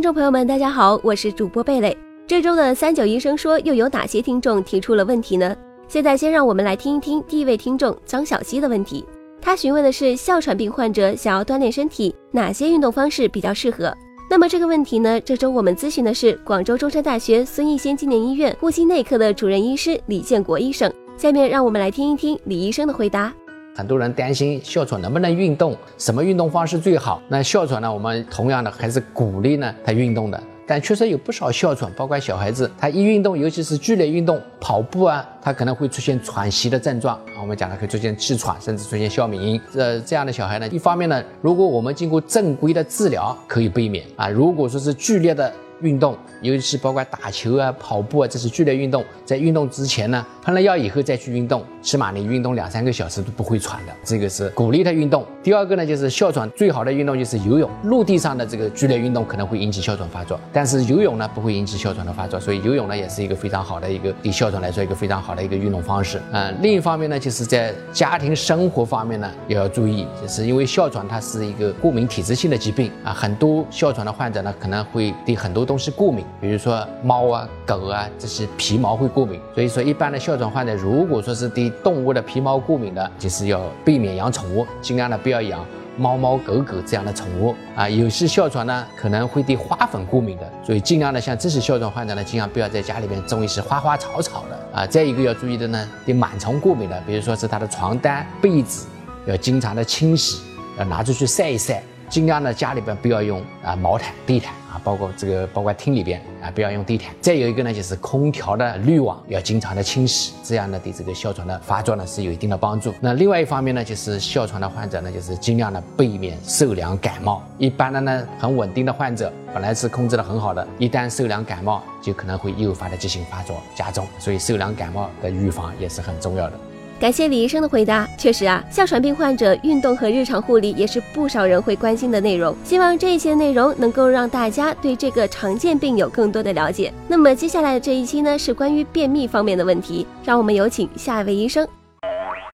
众朋友们，大家好，我是主播贝蕾。这周的39医生说又有哪些听众提出了问题呢？现在先让我们来听一听第一位听众张小希的问题。他询问的是哮喘病患者想要锻炼身体，哪些运动方式比较适合？那么这个问题呢，这周我们咨询的是广州中山大学孙逸仙纪念医院呼吸内科的主任医师李建国医生。下面让我们来听一听李医生的回答。 很多人担心哮喘能不能运动，什么运动方式最好？那哮喘呢，我们同样的还是鼓励呢他运动的。但确实有不少哮喘，包括小孩子，他一运动，尤其是剧烈运动，跑步啊，他可能会出现喘息的症状。我们讲的可以出现气喘，甚至出现哮鸣音。这样的小孩呢，一方面呢，如果我们经过正规的治疗，可以避免啊。如果说是剧烈的运动，尤其是包括打球啊、跑步啊，这是剧烈运动，在运动之前呢，喷了药以后再去运动，起码你运动2-3个小时都不会喘的，这个是鼓励他运动。第二个呢，就是哮喘最好的运动就是游泳，陆地上的这个剧烈运动可能会引起哮喘发作，但是游泳呢不会引起哮喘的发作，所以游泳呢也是一个非常好的一个对哮喘来说一个非常好的一个运动方式。另一方面呢，就是在家庭生活方面呢也要注意，就是因为哮喘它是一个过敏体质性的疾病啊，很多哮喘的患者呢可能会对很多东西过敏，比如说猫啊、狗啊这些皮毛会过敏，所以说一般的哮喘患者如果说是对动物的皮毛过敏的，就是要避免养宠物，尽量的不要养猫猫狗狗这样的宠物啊。有些哮喘呢可能会对花粉过敏的，所以尽量的像这些哮喘患者呢，尽量不要在家里面种一些花花草草的啊。再一个要注意的呢，对螨虫过敏的，比如说是他的床单、被子要经常的清洗，要拿出去晒一晒，尽量的家里边不要用毛毯、地毯啊，包括厅里边啊，不要用地毯。再有一个呢，就是空调的滤网要经常的清洗，这样呢对这个哮喘的发作呢是有一定的帮助。那另外一方面呢，就是哮喘的患者呢，就是尽量的避免受凉感冒。一般的呢，很稳定的患者本来是控制的很好的，一旦受凉感冒，就可能会诱发的急性发作加重，所以受凉感冒的预防也是很重要的。 感谢李医生的回答。确实啊，哮喘病患者运动和日常护理也是不少人会关心的内容。希望这一些内容能够让大家对这个常见病有更多的了解。那么接下来的这一期呢，是关于便秘方面的问题，让我们有请下一位医生。